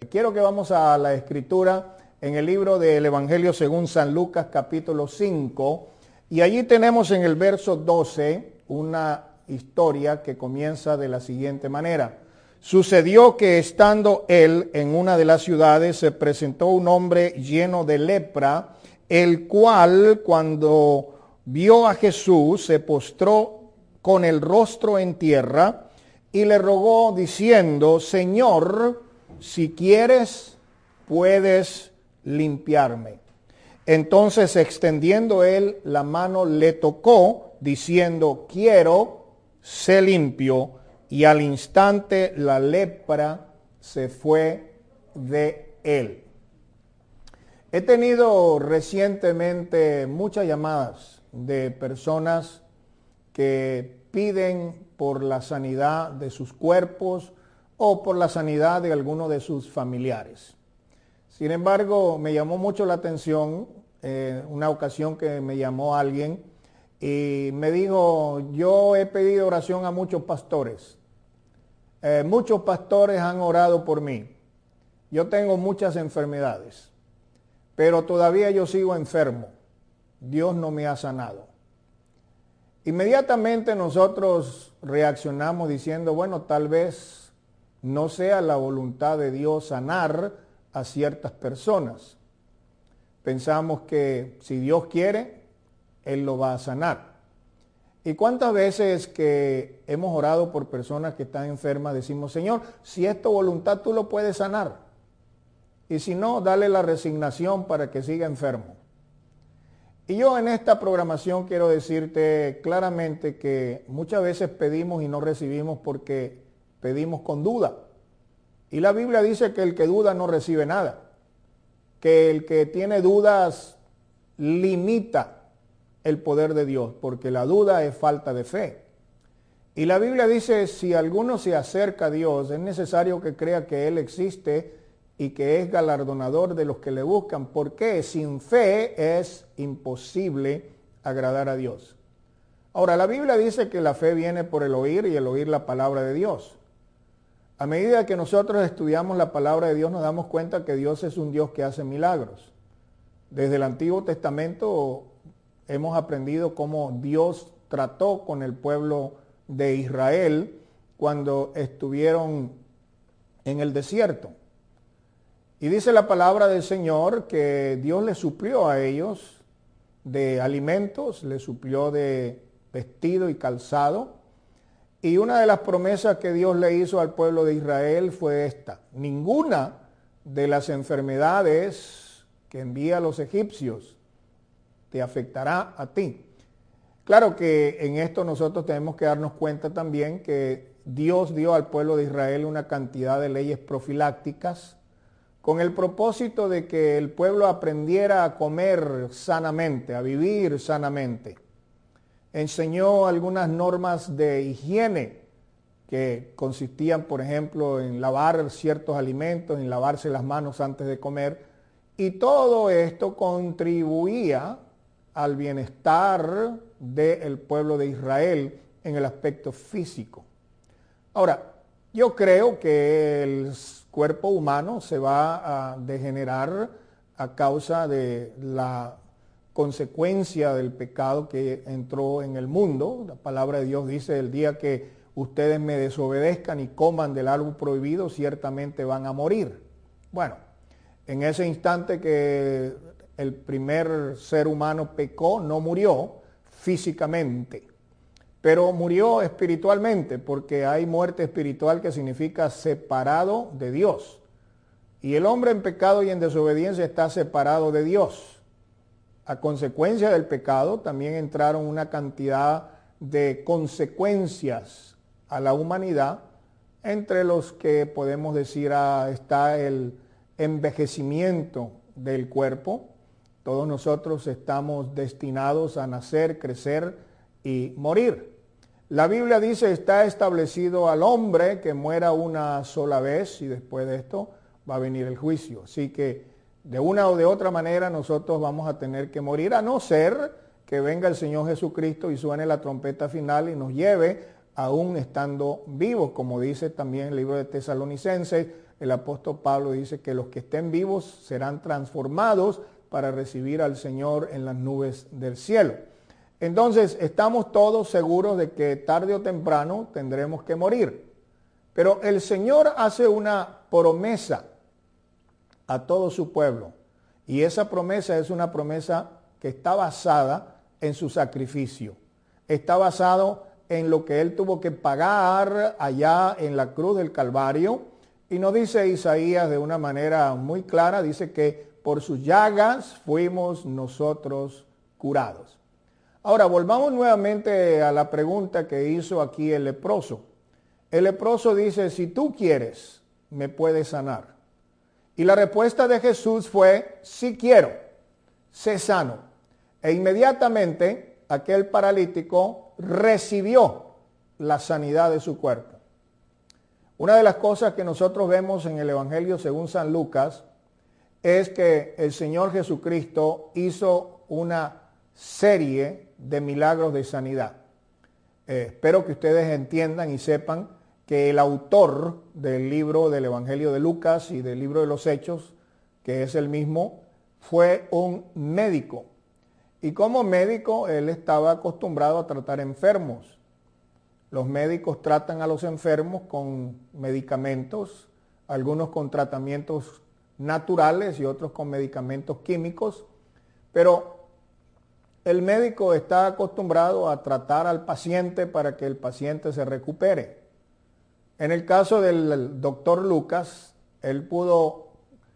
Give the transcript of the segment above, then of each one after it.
Quiero que vamos a la escritura en el libro del Evangelio según San Lucas capítulo 5 y allí tenemos en el verso 12 una historia que comienza de la siguiente manera. Sucedió que estando él en una de las ciudades se presentó un hombre lleno de lepra, el cual cuando vio a Jesús se postró con el rostro en tierra y le rogó diciendo: Señor, si quieres, puedes limpiarme. Entonces, extendiendo él la mano, le tocó, diciendo: quiero, sé limpio. Y al instante la lepra se fue de él. He tenido recientemente muchas llamadas de personas que piden por la sanidad de sus cuerpos o por la sanidad de alguno de sus familiares. Sin embargo, me llamó mucho la atención una ocasión que me llamó alguien y me dijo: yo he pedido oración a muchos pastores. Muchos pastores han orado por mí. Yo tengo muchas enfermedades, pero todavía yo sigo enfermo. Dios no me ha sanado. Inmediatamente nosotros reaccionamos diciendo: bueno, tal vez no sea la voluntad de Dios sanar a ciertas personas. Pensamos que si Dios quiere, Él lo va a sanar. ¿Y cuántas veces que hemos orado por personas que están enfermas decimos: Señor, si es tu voluntad, tú lo puedes sanar? Y si no, dale la resignación para que siga enfermo. Y yo en esta programación quiero decirte claramente que muchas veces pedimos y no recibimos porque pedimos con duda. Y la Biblia dice que el que duda no recibe nada. Que el que tiene dudas limita el poder de Dios, porque la duda es falta de fe. Y la Biblia dice: si alguno se acerca a Dios, es necesario que crea que Él existe y que es galardonador de los que le buscan, porque sin fe es imposible agradar a Dios. Ahora, la Biblia dice que la fe viene por el oír y el oír la palabra de Dios. A medida que nosotros estudiamos la palabra de Dios, nos damos cuenta que Dios es un Dios que hace milagros. Desde el Antiguo Testamento hemos aprendido cómo Dios trató con el pueblo de Israel cuando estuvieron en el desierto. Y dice la palabra del Señor que Dios les suplió a ellos de alimentos, les suplió de vestido y calzado. Y una de las promesas que Dios le hizo al pueblo de Israel fue esta: ninguna de las enfermedades que envía a los egipcios te afectará a ti. Claro que en esto nosotros tenemos que darnos cuenta también que Dios dio al pueblo de Israel una cantidad de leyes profilácticas con el propósito de que el pueblo aprendiera a comer sanamente, a vivir sanamente. Enseñó algunas normas de higiene que consistían, por ejemplo, en lavar ciertos alimentos, en lavarse las manos antes de comer, y todo esto contribuía al bienestar del pueblo de Israel en el aspecto físico. Ahora, yo creo que el cuerpo humano se va a degenerar a causa de la consecuencia del pecado que entró en el mundo. La palabra de Dios dice: el día que ustedes me desobedezcan y coman del árbol prohibido, ciertamente van a morir. Bueno, en ese instante que el primer ser humano pecó, no murió físicamente, pero murió espiritualmente, porque hay muerte espiritual que significa separado de Dios. Y el hombre en pecado y en desobediencia está separado de Dios. A consecuencia del pecado también entraron una cantidad de consecuencias a la humanidad, entre los que podemos decir está el envejecimiento del cuerpo. Todos nosotros estamos destinados a nacer, crecer y morir. La Biblia dice: está establecido al hombre que muera una sola vez y después de esto va a venir el juicio. Así que de una o de otra manera nosotros vamos a tener que morir, a no ser que venga el Señor Jesucristo y suene la trompeta final y nos lleve aún estando vivos, como dice también el libro de Tesalonicenses: el apóstol Pablo dice que los que estén vivos serán transformados para recibir al Señor en las nubes del cielo. Entonces, estamos todos seguros de que tarde o temprano tendremos que morir. Pero el Señor hace una promesa a todo su pueblo. Y esa promesa es una promesa que está basada en su sacrificio. Está basado en lo que Él tuvo que pagar allá en la cruz del Calvario. Y nos dice Isaías de una manera muy clara, dice que por sus llagas fuimos nosotros curados. Ahora, volvamos nuevamente a la pregunta que hizo aquí el leproso. El leproso dice, si tú quieres, me puedes sanar. Y la respuesta de Jesús fue, sí quiero, sé sano. E inmediatamente aquel paralítico recibió la sanidad de su cuerpo. Una de las cosas que nosotros vemos en el Evangelio según San Lucas es que el Señor Jesucristo hizo una serie de milagros de sanidad. Espero que ustedes entiendan y sepan que el autor del libro del Evangelio de Lucas y del libro de los Hechos, que es el mismo, fue un médico. Y como médico, él estaba acostumbrado a tratar enfermos. Los médicos tratan a los enfermos con medicamentos, algunos con tratamientos naturales y otros con medicamentos químicos, pero el médico está acostumbrado a tratar al paciente para que el paciente se recupere. En el caso del doctor Lucas, él pudo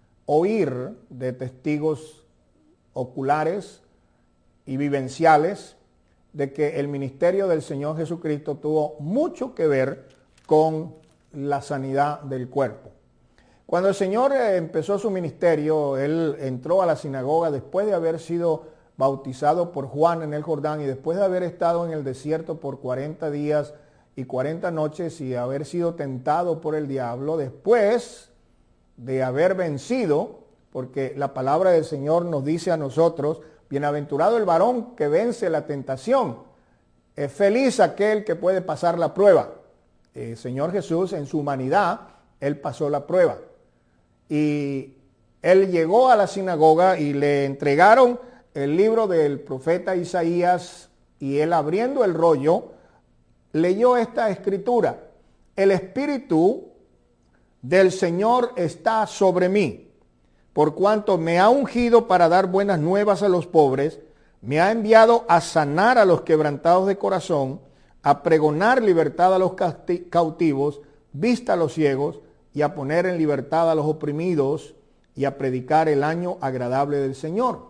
oír de testigos oculares y vivenciales de que el ministerio del Señor Jesucristo tuvo mucho que ver con la sanidad del cuerpo. Cuando el Señor empezó su ministerio, él entró a la sinagoga después de haber sido bautizado por Juan en el Jordán y después de haber estado en el desierto por 40 días y 40 noches y haber sido tentado por el diablo, después de haber vencido, porque la palabra del Señor nos dice a nosotros, bienaventurado el varón que vence la tentación, es feliz aquel que puede pasar la prueba. El Señor Jesús en su humanidad, Él pasó la prueba. Y Él llegó a la sinagoga y le entregaron el libro del profeta Isaías y Él abriendo el rollo, leyó esta escritura: el Espíritu del Señor está sobre mí, por cuanto me ha ungido para dar buenas nuevas a los pobres, me ha enviado a sanar a los quebrantados de corazón, a pregonar libertad a los cautivos, vista a los ciegos, y a poner en libertad a los oprimidos, y a predicar el año agradable del Señor.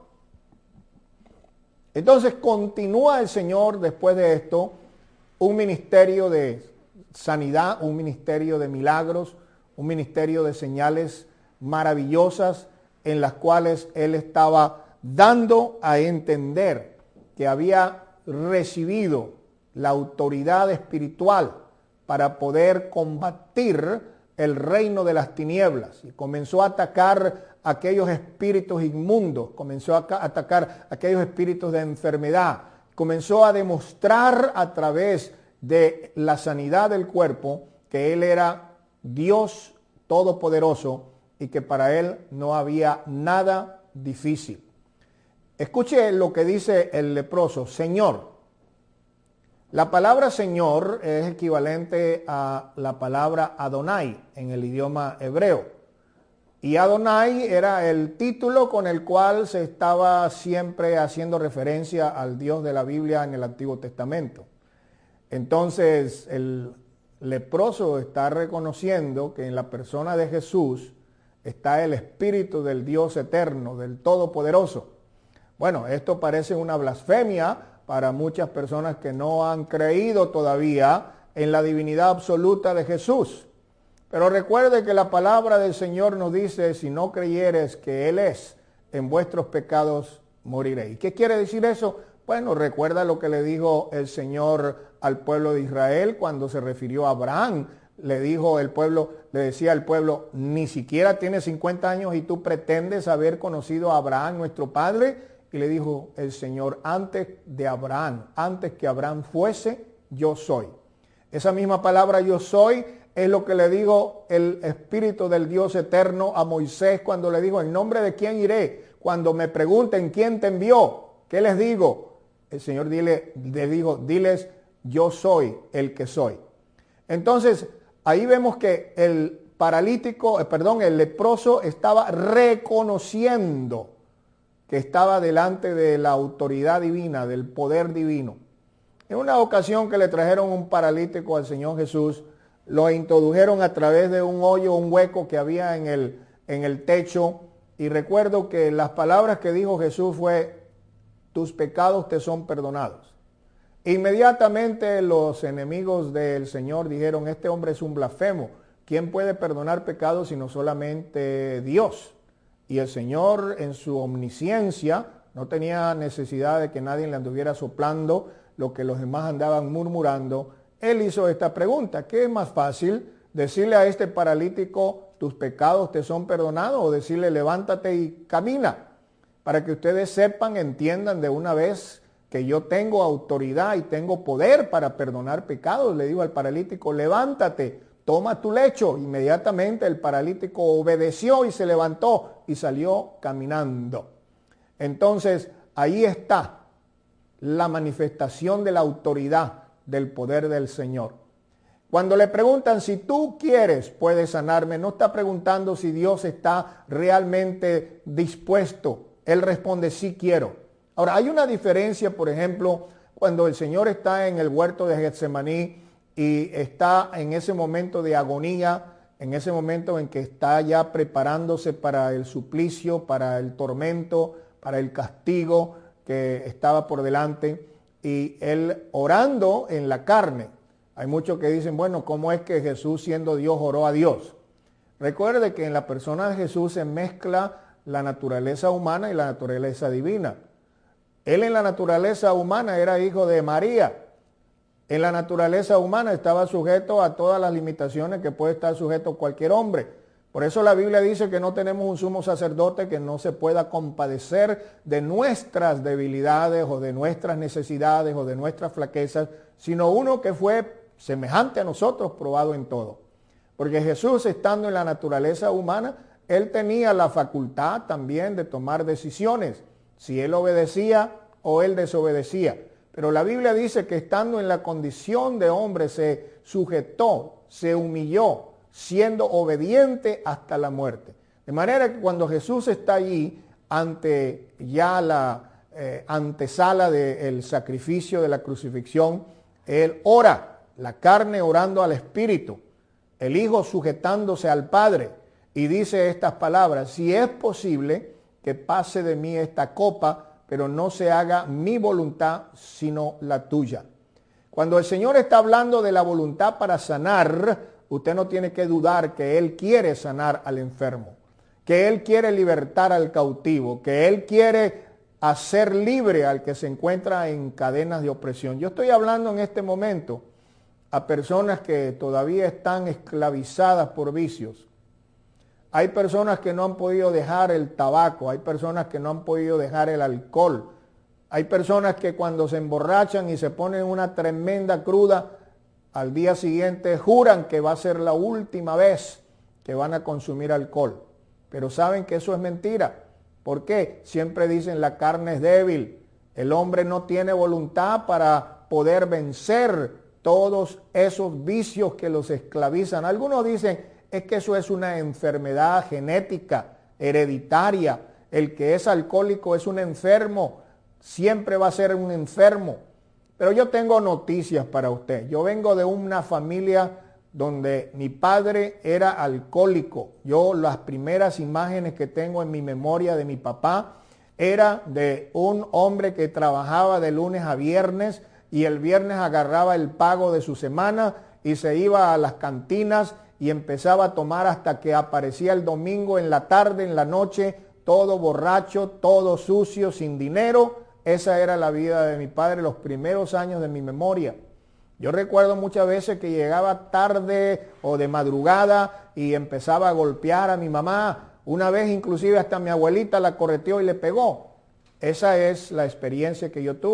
Entonces continúa el Señor después de esto, un ministerio de sanidad, un ministerio de milagros, un ministerio de señales maravillosas en las cuales Él estaba dando a entender que había recibido la autoridad espiritual para poder combatir el reino de las tinieblas. Y comenzó a atacar aquellos espíritus inmundos, comenzó a atacar aquellos espíritus de enfermedad, comenzó a demostrar a través de la sanidad del cuerpo que Él era Dios todopoderoso y que para Él no había nada difícil. Escuche lo que dice el leproso: Señor. La palabra Señor es equivalente a la palabra Adonai en el idioma hebreo. Y Adonai era el título con el cual se estaba siempre haciendo referencia al Dios de la Biblia en el Antiguo Testamento. Entonces el leproso está reconociendo que en la persona de Jesús está el Espíritu del Dios eterno, del Todopoderoso. Bueno, esto parece una blasfemia para muchas personas que no han creído todavía en la divinidad absoluta de Jesús. Pero recuerde que la palabra del Señor nos dice: si no creyeres que Él es, en vuestros pecados moriréis. ¿Qué quiere decir eso? Bueno, recuerda lo que le dijo el Señor al pueblo de Israel cuando se refirió a Abraham. Le decía al pueblo: ni siquiera tienes 50 años y tú pretendes haber conocido a Abraham, nuestro padre. Y le dijo el Señor: antes de Abraham, antes que Abraham fuese, yo soy. Esa misma palabra yo soy Es lo que le dijo el Espíritu del Dios eterno a Moisés cuando le dijo, ¿en nombre de quién iré? Cuando me pregunten quién te envió, ¿qué les digo? El Señor le dijo, diles, yo soy el que soy. Entonces, ahí vemos que el el leproso estaba reconociendo que estaba delante de la autoridad divina, del poder divino. En una ocasión que le trajeron un paralítico al Señor Jesús, lo introdujeron a través de un hoyo, un hueco que había en el techo, y recuerdo que las palabras que dijo Jesús fue, tus pecados te son perdonados. Inmediatamente los enemigos del Señor dijeron, este hombre es un blasfemo, ¿quién puede perdonar pecados sino solamente Dios? Y el Señor en su omnisciencia no tenía necesidad de que nadie le anduviera soplando lo que los demás andaban murmurando. Él hizo esta pregunta, ¿qué es más fácil? ¿Decirle a este paralítico, tus pecados te son perdonados? ¿O decirle, levántate y camina? Para que ustedes sepan, entiendan de una vez que yo tengo autoridad y tengo poder para perdonar pecados. Le digo al paralítico, levántate, toma tu lecho. Inmediatamente el paralítico obedeció y se levantó y salió caminando. Entonces, ahí está la manifestación de la autoridad del poder del Señor. Cuando le preguntan si tú quieres, puedes sanarme, no está preguntando si Dios está realmente dispuesto. Él responde, sí quiero. Ahora, hay una diferencia, por ejemplo, cuando el Señor está en el huerto de Getsemaní y está en ese momento de agonía, en ese momento en que está ya preparándose para el suplicio, para el tormento, para el castigo que estaba por delante, y él orando en la carne. Hay muchos que dicen, bueno, ¿cómo es que Jesús siendo Dios oró a Dios? Recuerde que en la persona de Jesús se mezcla la naturaleza humana y la naturaleza divina. Él en la naturaleza humana era hijo de María. En la naturaleza humana estaba sujeto a todas las limitaciones que puede estar sujeto cualquier hombre. Por eso la Biblia dice que no tenemos un sumo sacerdote que no se pueda compadecer de nuestras debilidades o de nuestras necesidades o de nuestras flaquezas, sino uno que fue semejante a nosotros, probado en todo. Porque Jesús, estando en la naturaleza humana, él tenía la facultad también de tomar decisiones, si él obedecía o él desobedecía. Pero la Biblia dice que estando en la condición de hombre se sujetó, se humilló, siendo obediente hasta la muerte. De manera que cuando Jesús está allí ante ya la antesala del sacrificio de la crucifixión, él ora, la carne orando al Espíritu, el Hijo sujetándose al Padre, y dice estas palabras, si es posible que pase de mí esta copa, pero no se haga mi voluntad sino la tuya. Cuando el Señor está hablando de la voluntad para sanar, usted no tiene que dudar que Él quiere sanar al enfermo, que Él quiere libertar al cautivo, que Él quiere hacer libre al que se encuentra en cadenas de opresión. Yo estoy hablando en este momento a personas que todavía están esclavizadas por vicios. Hay personas que no han podido dejar el tabaco, hay personas que no han podido dejar el alcohol, hay personas que cuando se emborrachan y se ponen una tremenda cruda, al día siguiente juran que va a ser la última vez que van a consumir alcohol. Pero saben que eso es mentira. ¿Por qué? Siempre dicen la carne es débil. El hombre no tiene voluntad para poder vencer todos esos vicios que los esclavizan. Algunos dicen es que eso es una enfermedad genética, hereditaria. El que es alcohólico es un enfermo. Siempre va a ser un enfermo. Pero yo tengo noticias para usted. Yo vengo de una familia donde mi padre era alcohólico. Yo las primeras imágenes que tengo en mi memoria de mi papá era de un hombre que trabajaba de lunes a viernes y el viernes agarraba el pago de su semana y se iba a las cantinas y empezaba a tomar hasta que aparecía el domingo en la tarde, en la noche, todo borracho, todo sucio, sin dinero. Esa era la vida de mi padre los primeros años de mi memoria. Yo recuerdo muchas veces que llegaba tarde o de madrugada y empezaba a golpear a mi mamá. Una vez inclusive hasta mi abuelita la correteó y le pegó. Esa es la experiencia que yo tuve.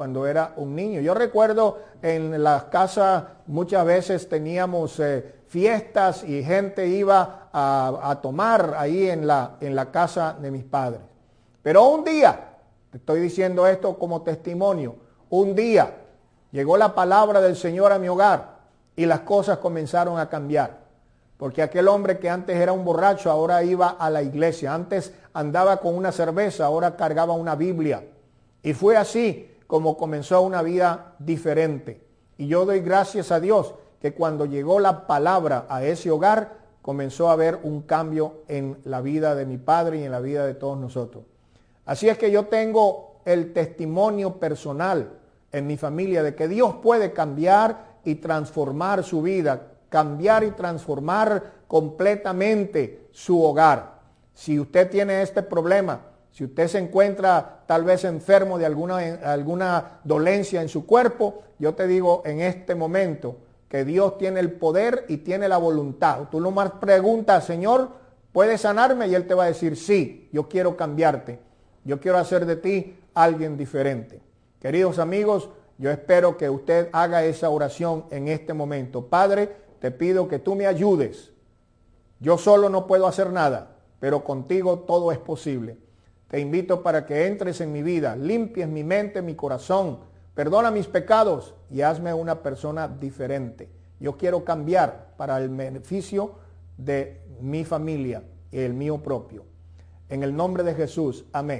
cuando era un niño. Yo recuerdo en las casas muchas veces teníamos fiestas y gente iba a tomar ahí en la casa de mis padres. Pero un día, te estoy diciendo esto como testimonio, un día llegó la palabra del Señor a mi hogar y las cosas comenzaron a cambiar. Porque aquel hombre que antes era un borracho ahora iba a la iglesia. Antes andaba con una cerveza, ahora cargaba una Biblia. Y fue así como comenzó una vida diferente. Y yo doy gracias a Dios que cuando llegó la palabra a ese hogar, comenzó a haber un cambio en la vida de mi padre y en la vida de todos nosotros. Así es que yo tengo el testimonio personal en mi familia de que Dios puede cambiar y transformar su vida, cambiar y transformar completamente su hogar. Si usted tiene este problema, si usted se encuentra tal vez enfermo de alguna dolencia en su cuerpo, yo te digo en este momento que Dios tiene el poder y tiene la voluntad. Tú nomás preguntas, Señor, ¿puedes sanarme? Y Él te va a decir, sí, yo quiero cambiarte. Yo quiero hacer de ti alguien diferente. Queridos amigos, yo espero que usted haga esa oración en este momento. Padre, te pido que tú me ayudes. Yo solo no puedo hacer nada, pero contigo todo es posible. Te invito para que entres en mi vida, limpies mi mente, mi corazón, perdona mis pecados y hazme una persona diferente. Yo quiero cambiar para el beneficio de mi familia y el mío propio. En el nombre de Jesús, amén.